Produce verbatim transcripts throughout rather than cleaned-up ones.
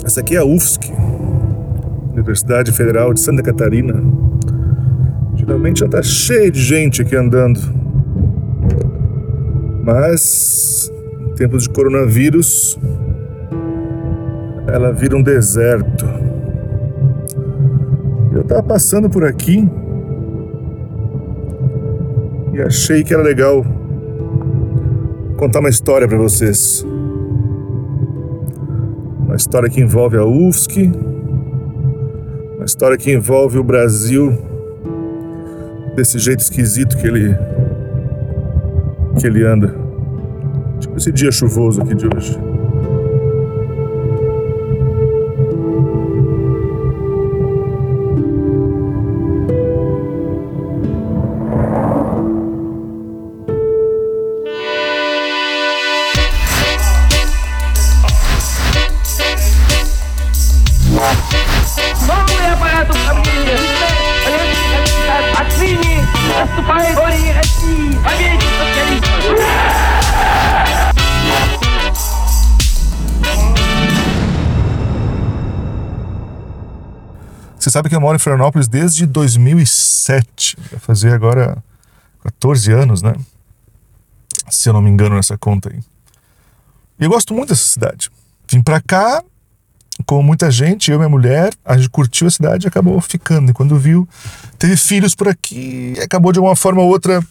Essa aqui é a U F S C, Universidade Federal de Santa Catarina. Geralmente já tá cheio de gente aqui andando. Mas, em tempos de coronavírus, ela vira um deserto. Eu tava passando por aqui e achei que era legal contar uma história para vocês. Uma história que envolve a U F S C, uma história que envolve o Brasil desse jeito esquisito que ele que ele anda. Tipo esse dia chuvoso aqui de hoje. Você sabe que eu moro em Florianópolis desde dois mil e sete, vai fazer agora quatorze anos, né? Se eu não me engano nessa conta aí. E eu gosto muito dessa cidade. Vim pra cá, como muita gente, eu e minha mulher, a gente curtiu a cidade e acabou ficando. E quando viu, teve filhos por aqui e acabou de uma forma ou outra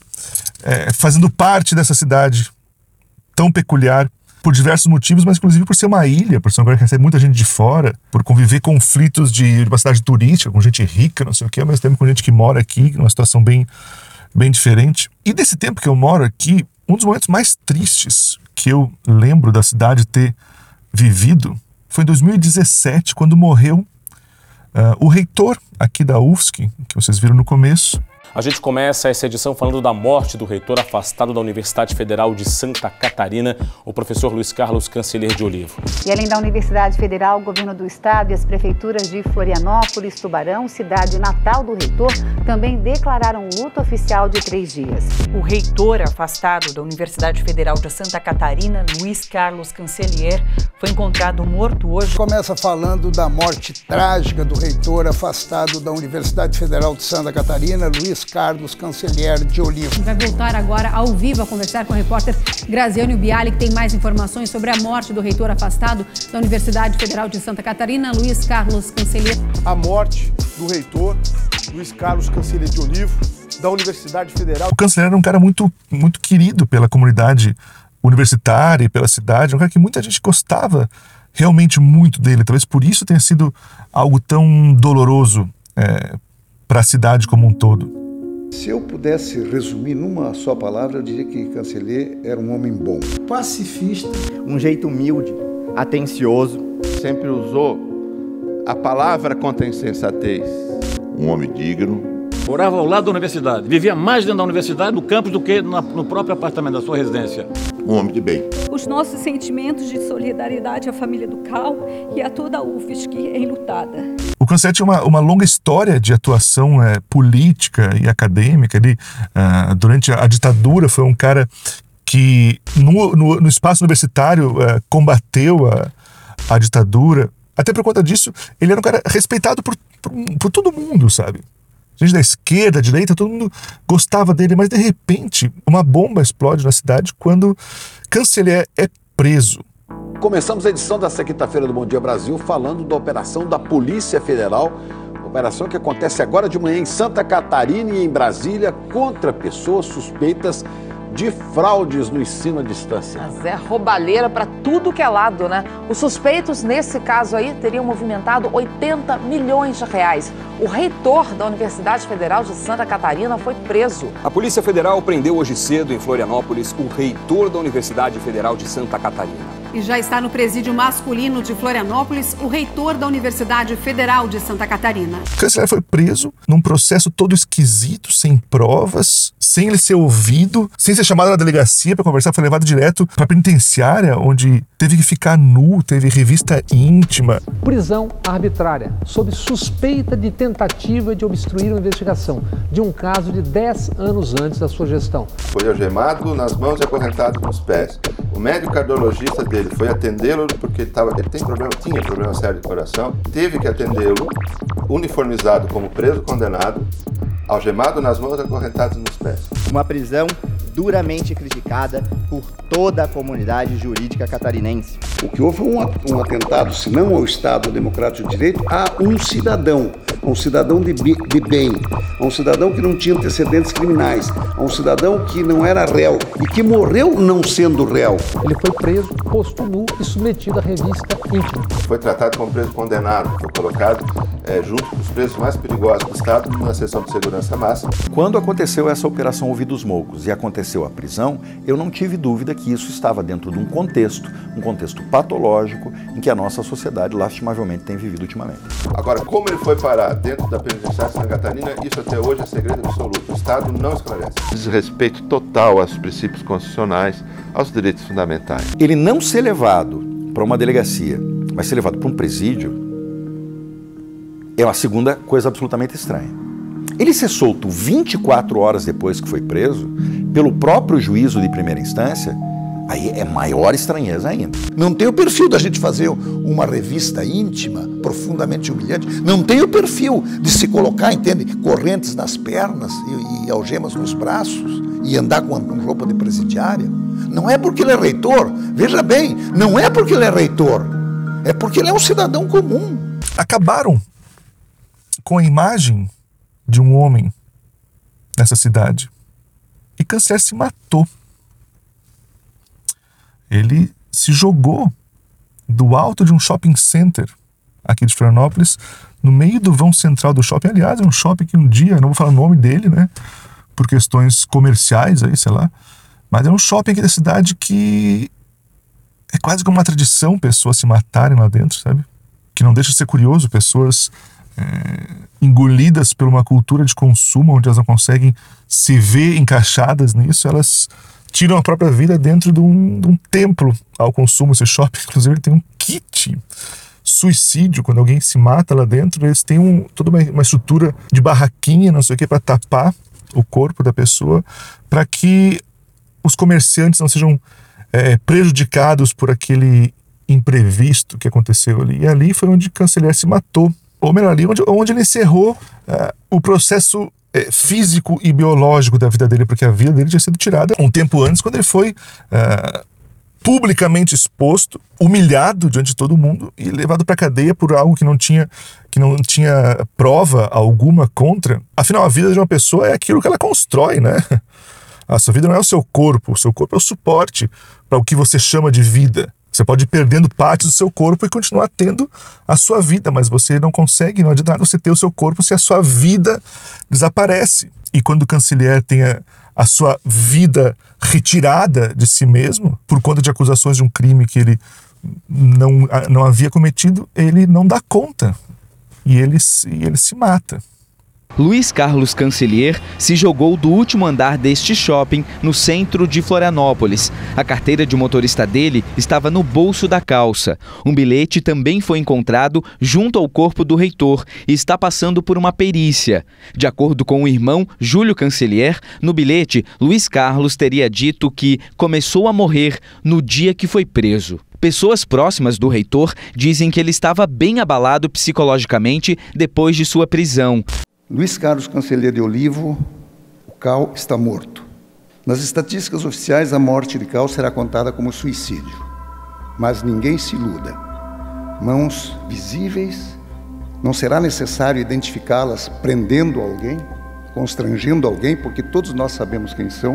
é, fazendo parte dessa cidade tão peculiar. Por diversos motivos, mas inclusive por ser uma ilha, por ser um lugar que recebe muita gente de fora, por conviver conflitos de, de uma cidade turística, com gente rica, não sei o que, ao mesmo tempo com gente que mora aqui, numa situação bem, bem diferente. E desse tempo que eu moro aqui, um dos momentos mais tristes que eu lembro da cidade ter vivido foi em dois mil e dezessete, quando morreu uh, o reitor aqui da U F S C, que vocês viram no começo. A gente começa essa edição falando da morte do reitor afastado da Universidade Federal de Santa Catarina, o professor Luiz Carlos Cancellier de Olivo. E além da Universidade Federal, o governo do estado e as prefeituras de Florianópolis, Tubarão, cidade natal do reitor, também declararam luto oficial de três dias. O reitor afastado da Universidade Federal de Santa Catarina, Luiz Carlos Cancellier, foi encontrado morto hoje. Começa falando da morte trágica do reitor afastado da Universidade Federal de Santa Catarina, Luiz Carlos Cancellier de Olivo. Vai voltar agora ao vivo a conversar com o repórter Graziano Biali, que tem mais informações sobre a morte do reitor afastado da Universidade Federal de Santa Catarina, Luiz Carlos Cancellier. A morte do reitor Luiz Carlos Cancellier de Olivo, da Universidade Federal. O Cancellier era um cara muito, muito querido pela comunidade universitária e pela cidade, um cara que muita gente gostava realmente muito dele. Talvez por isso tenha sido algo tão doloroso é, para a cidade como um todo. Se eu pudesse resumir numa só palavra, eu diria que Cancellier era um homem bom. Pacifista. Um jeito humilde, atencioso. Sempre usou a palavra com insensatez. Um homem digno. Morava ao lado da universidade. Vivia mais dentro da universidade, no campus, do que no próprio apartamento da sua residência. Um homem de bem. Os nossos sentimentos de solidariedade à família do Cal e a toda a U F S C enlutada. O Cancellier tinha uma, uma longa história de atuação é, política e acadêmica. Ele, uh, durante a, a ditadura, foi um cara que, no, no, no espaço universitário, uh, combateu a, a ditadura. Até por conta disso, ele era um cara respeitado por, por, por todo mundo, sabe? Gente da esquerda, da direita, todo mundo gostava dele, mas de repente uma bomba explode na cidade quando Cancellier é preso. Começamos a edição dessa quinta-feira do Bom Dia Brasil falando da operação da Polícia Federal, operação que acontece agora de manhã em Santa Catarina e em Brasília contra pessoas suspeitas de fraudes no ensino à distância. Mas é roubalheira para tudo que é lado, né? Os suspeitos, nesse caso aí, teriam movimentado oitenta milhões de reais. O reitor da Universidade Federal de Santa Catarina foi preso. A Polícia Federal prendeu hoje cedo, em Florianópolis, o reitor da Universidade Federal de Santa Catarina. E já está no presídio masculino de Florianópolis o reitor da Universidade Federal de Santa Catarina. O Cancellier foi preso num processo todo esquisito, sem provas, sem ele ser ouvido, sem ser chamado na delegacia para conversar, foi levado direto para a penitenciária, onde teve que ficar nu, teve revista íntima. Prisão arbitrária, sob suspeita de tentativa de obstruir uma investigação de um caso de dez anos antes da sua gestão. Foi algemado nas mãos e acorrentado nos pés. O médico cardiologista dele foi atendê-lo porque ele, tava, ele tem problema, tinha problema sério de coração, teve que atendê-lo, uniformizado como preso condenado, algemado nas mãos e acorrentado nos pés. Uma prisão duramente criticada por toda a comunidade jurídica catarinense. O que houve um, um atentado, se não ao Estado Democrático de Direito, a um cidadão, a um cidadão de, de bem, a um cidadão que não tinha antecedentes criminais, a um cidadão que não era réu e que morreu não sendo réu. Ele foi preso, posto nu e submetido à revista íntima. Foi tratado como preso condenado, foi colocado é, junto com os presos mais perigosos do Estado numa sessão de segurança máxima. Quando aconteceu essa operação Ouvidos Moucos e aconteceu a prisão, eu não tive dúvida que isso estava dentro de um contexto, um contexto patológico em que a nossa sociedade lastimavelmente tem vivido ultimamente. Agora, como ele foi parar dentro da penitenciária de Santa Catarina, isso até hoje é segredo absoluto. O Estado não esclarece. Desrespeito total aos princípios constitucionais, aos direitos fundamentais. Ele não ser levado para uma delegacia, mas ser levado para um presídio, é uma segunda coisa absolutamente estranha. Ele ser solto vinte e quatro horas depois que foi preso, pelo próprio juízo de primeira instância, aí é maior estranheza ainda. Não tem o perfil da gente fazer uma revista íntima, profundamente humilhante. Não tem o perfil de se colocar, entende, correntes nas pernas e, e algemas nos braços e andar com, com roupa de presidiária. Não é porque ele é reitor, veja bem, não é porque ele é reitor, é porque ele é um cidadão comum. Acabaram com a imagem de um homem nessa cidade. E Cancelier se matou. Ele se jogou do alto de um shopping center aqui de Florianópolis, no meio do vão central do shopping. Aliás, é um shopping que um dia, não vou falar o nome dele, né, por questões comerciais aí, sei lá, mas é um shopping aqui da cidade que é quase como uma tradição pessoas se matarem lá dentro, sabe? Que não deixa de ser curioso, pessoas é, engolidas por uma cultura de consumo onde elas não conseguem se ver encaixadas nisso, elas tiram a própria vida dentro de um, de um templo ao consumo. Esse shopping, inclusive, ele tem um kit suicídio. Quando alguém se mata lá dentro, eles têm um, toda uma, uma estrutura de barraquinha, não sei o que, para tapar o corpo da pessoa, para que os comerciantes não sejam é, prejudicados por aquele imprevisto que aconteceu ali. E ali foi onde Cancelier se matou. Ou melhor, ali onde, onde ele encerrou uh, o processo é, físico e biológico da vida dele, porque a vida dele tinha sido tirada um tempo antes, quando ele foi uh, publicamente exposto, humilhado diante de todo mundo e levado para a cadeia por algo que não tinha, que não tinha prova alguma contra. Afinal, a vida de uma pessoa é aquilo que ela constrói, né? A sua vida não é o seu corpo, o seu corpo é o suporte para o que você chama de vida. Você pode ir perdendo partes do seu corpo e continuar tendo a sua vida, mas você não consegue, não adianta nada você ter o seu corpo se a sua vida desaparece. E quando o Cancelier tem a, a sua vida retirada de si mesmo, por conta de acusações de um crime que ele não, não havia cometido, ele não dá conta e ele, e ele se mata. Luiz Carlos Cancelier se jogou do último andar deste shopping no centro de Florianópolis. A carteira de motorista dele estava no bolso da calça. Um bilhete também foi encontrado junto ao corpo do reitor e está passando por uma perícia. De acordo com o irmão Júlio Cancelier, no bilhete, Luiz Carlos teria dito que começou a morrer no dia que foi preso. Pessoas próximas do reitor dizem que ele estava bem abalado psicologicamente depois de sua prisão. Luiz Carlos Cancelier de Olivo, o Cal está morto. Nas estatísticas oficiais, a morte de Cal será contada como suicídio. Mas ninguém se iluda. Mãos visíveis, não será necessário identificá-las prendendo alguém, constrangendo alguém, porque todos nós sabemos quem são.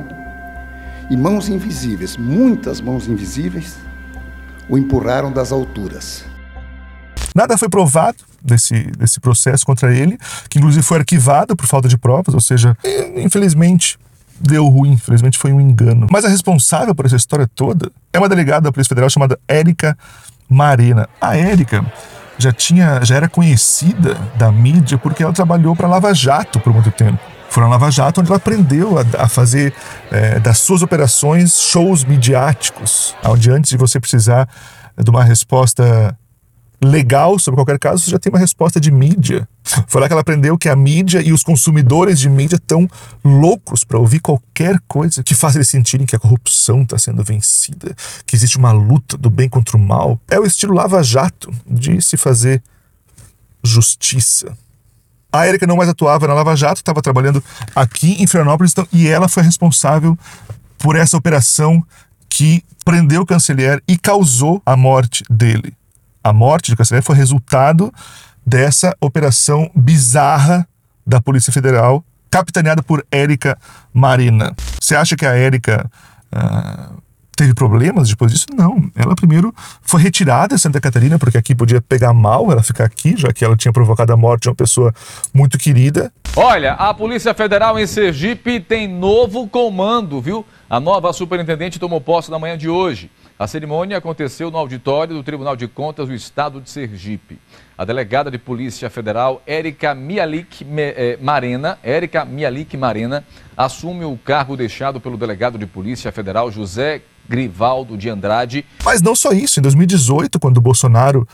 E mãos invisíveis, muitas mãos invisíveis, o empurraram das alturas. Nada foi provado desse, desse processo contra ele, que inclusive foi arquivado por falta de provas, ou seja, infelizmente deu ruim, infelizmente foi um engano. Mas a responsável por essa história toda é uma delegada da Polícia Federal chamada Érica Marena. A Érica já, tinha, já era conhecida da mídia porque ela trabalhou para a Lava Jato por muito tempo. Foi na Lava Jato onde ela aprendeu a, a fazer é, das suas operações shows midiáticos, onde antes de você precisar de uma resposta legal sobre qualquer caso, você já tem uma resposta de mídia. Foi lá que ela aprendeu que a mídia e os consumidores de mídia estão loucos para ouvir qualquer coisa que faça eles sentirem que a corrupção está sendo vencida, que existe uma luta do bem contra o mal. É o estilo lava-jato de se fazer justiça. A Érica não mais atuava na Lava Jato, estava trabalhando aqui em Florianópolis, então, e ela foi responsável por essa operação que prendeu o Cancelliere e causou a morte dele. A morte do Cancelliere foi resultado dessa operação bizarra da Polícia Federal, capitaneada por Érica Marena. Você acha que a Érica uh, teve problemas depois disso? Não. Ela primeiro foi retirada de Santa Catarina, porque aqui podia pegar mal ela ficar aqui, já que ela tinha provocado a morte de uma pessoa muito querida. Olha, a Polícia Federal em Sergipe tem novo comando, viu? A nova superintendente tomou posse na manhã de hoje. A cerimônia aconteceu no auditório do Tribunal de Contas do Estado de Sergipe. A delegada de Polícia Federal, Érica Mialik Marena, Érica Mialik Marena, assume o cargo deixado pelo delegado de Polícia Federal, José Grivaldo de Andrade. Mas não só isso. Em dois mil e dezoito, quando o Bolsonaro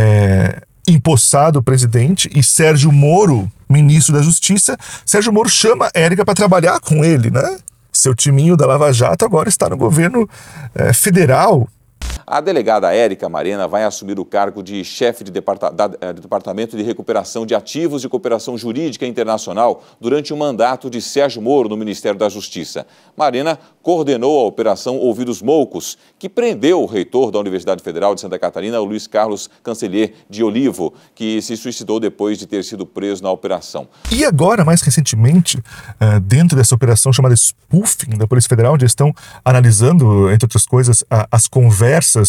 é empossado presidente e Sérgio Moro, ministro da Justiça, Sérgio Moro chama Érica para trabalhar com ele, né? Seu timinho da Lava Jato agora está no governo é, federal. A delegada Érica Marena vai assumir o cargo de chefe de, departa da, de Departamento de Recuperação de Ativos de Cooperação Jurídica Internacional durante o mandato de Sérgio Moro no Ministério da Justiça. Marena coordenou a Operação Ouvidos Moucos, que prendeu o reitor da Universidade Federal de Santa Catarina, Luiz Carlos Cancelliere de Olivo, que se suicidou depois de ter sido preso na operação. E agora, mais recentemente, dentro dessa operação chamada spoofing da Polícia Federal, onde estão analisando, entre outras coisas, as conversas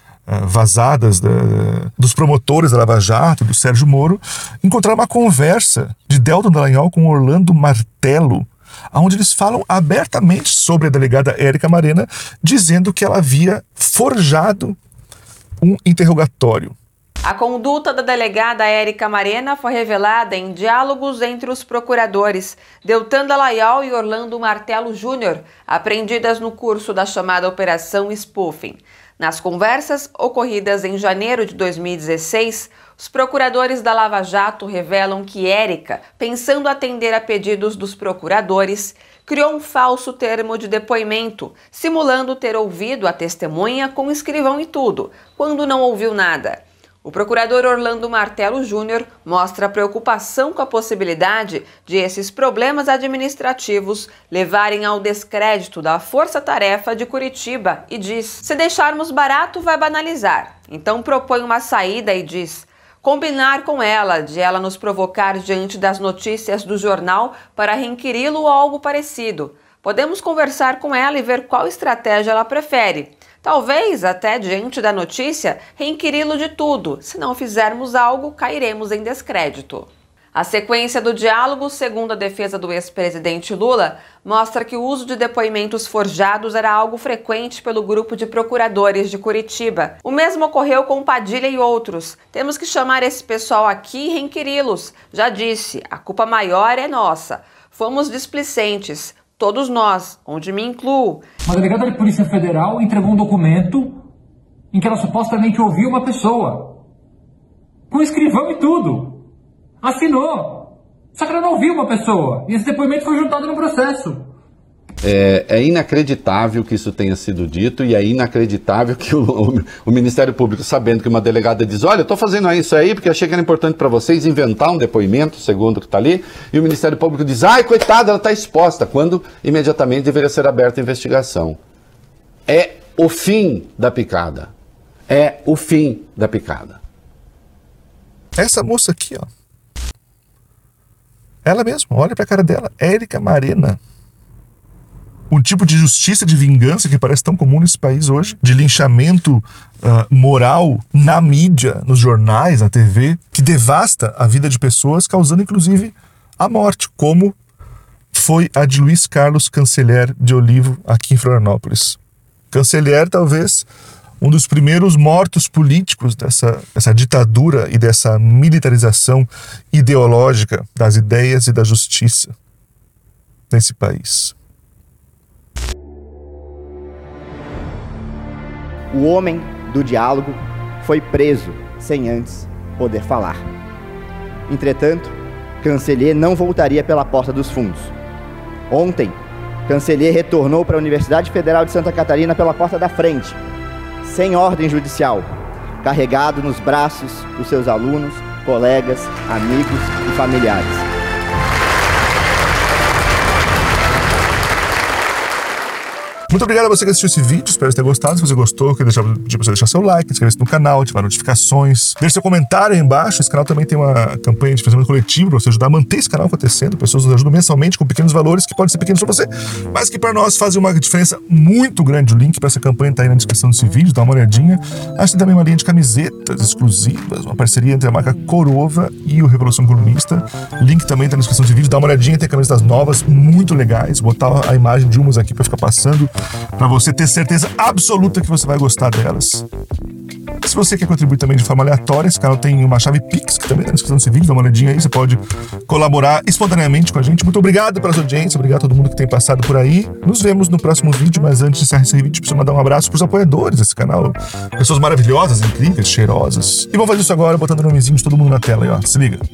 vazadas da, dos promotores da Lava Jato, do Sérgio Moro, encontraram uma conversa de Deltan Dallagnol com Orlando Martello, onde eles falam abertamente sobre a delegada Érica Marena, dizendo que ela havia forjado um interrogatório. A conduta da delegada Érica Marena foi revelada em diálogos entre os procuradores Deltan Dallagnol e Orlando Martello Júnior, apreendidas no curso da chamada Operação Spoofing. Nas conversas ocorridas em janeiro de dois mil e dezesseis, os procuradores da Lava Jato revelam que Érica, pensando atender a pedidos dos procuradores, criou um falso termo de depoimento, simulando ter ouvido a testemunha com escrivão e tudo, quando não ouviu nada. O procurador Orlando Martello Júnior mostra preocupação com a possibilidade de esses problemas administrativos levarem ao descrédito da Força-Tarefa de Curitiba e diz: se deixarmos barato, vai banalizar. Então propõe uma saída e diz: combinar com ela de ela nos provocar diante das notícias do jornal para requeri-lo ou algo parecido. Podemos conversar com ela e ver qual estratégia ela prefere. Talvez, até diante da notícia, requeri-lo de tudo. Se não fizermos algo, cairemos em descrédito. A sequência do diálogo, segundo a defesa do ex-presidente Lula, mostra que o uso de depoimentos forjados era algo frequente pelo grupo de procuradores de Curitiba. O mesmo ocorreu com Padilha e outros. Temos que chamar esse pessoal aqui e requeri-los. Já disse, a culpa maior é nossa. Fomos displicentes. Todos nós, onde me incluo. Uma delegada de Polícia Federal entregou um documento em que ela supostamente ouviu uma pessoa. Com escrivão e tudo. Assinou. Só que ela não ouviu uma pessoa. E esse depoimento foi juntado no processo. É, é inacreditável que isso tenha sido dito e é inacreditável que o, o, o Ministério Público, sabendo que uma delegada diz: olha, eu estou fazendo isso aí porque achei que era importante para vocês inventar um depoimento, segundo o que está ali, e o Ministério Público diz: ai, coitada, ela está exposta, quando imediatamente deveria ser aberta a investigação. É o fim da picada. É o fim da picada. Essa moça aqui, ó. Ela mesma, olha para a cara dela, Érica Marena. Um tipo de justiça de vingança que parece tão comum nesse país hoje, de linchamento uh, moral na mídia, nos jornais, na T V, que devasta a vida de pessoas, causando inclusive a morte, como foi a de Luiz Carlos Cancelliere de Olivo aqui em Florianópolis. Cancelliere, talvez, um dos primeiros mortos políticos dessa, dessa ditadura e dessa militarização ideológica das ideias e da justiça nesse país. O homem do diálogo foi preso sem antes poder falar. Entretanto, Cancellier não voltaria pela porta dos fundos. Ontem, Cancellier retornou para a Universidade Federal de Santa Catarina pela porta da frente, sem ordem judicial, carregado nos braços dos seus alunos, colegas, amigos e familiares. Muito obrigado a você que assistiu esse vídeo, espero que tenha gostado. Se você gostou, queria deixar, pedir pra você deixar seu like, inscrever-se no canal, ativar notificações, deixe seu comentário aí embaixo. Esse canal também tem uma campanha de financiamento coletivo para você ajudar a manter esse canal acontecendo. Pessoas nos ajudam mensalmente com pequenos valores que podem ser pequenos para você, mas que para nós fazem uma diferença muito grande. O link para essa campanha está aí na descrição desse vídeo, dá uma olhadinha. Acho que tem também uma linha de camisetas exclusivas, uma parceria entre a marca Corova e o Revolução Colunista. O link também está na descrição desse vídeo, dá uma olhadinha, tem camisetas novas, muito legais. Vou botar a imagem de umas aqui para ficar passando, para você ter certeza absoluta que você vai gostar delas. Se você quer contribuir também de forma aleatória, esse canal tem uma chave Pix, que também está na descrição desse vídeo, dá uma olhadinha aí, você pode colaborar espontaneamente com a gente. Muito obrigado pela sua audiência, obrigado a todo mundo que tem passado por aí. Nos vemos no próximo vídeo, mas antes de encerrar esse vídeo, preciso mandar um abraço para os apoiadores desse canal. Pessoas maravilhosas, incríveis, cheirosas. E vamos fazer isso agora, botando o nomezinho de todo mundo na tela aí, ó. Se liga.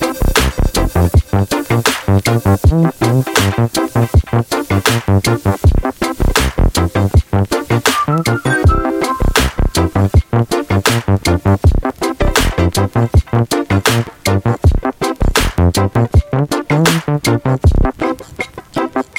Thank you.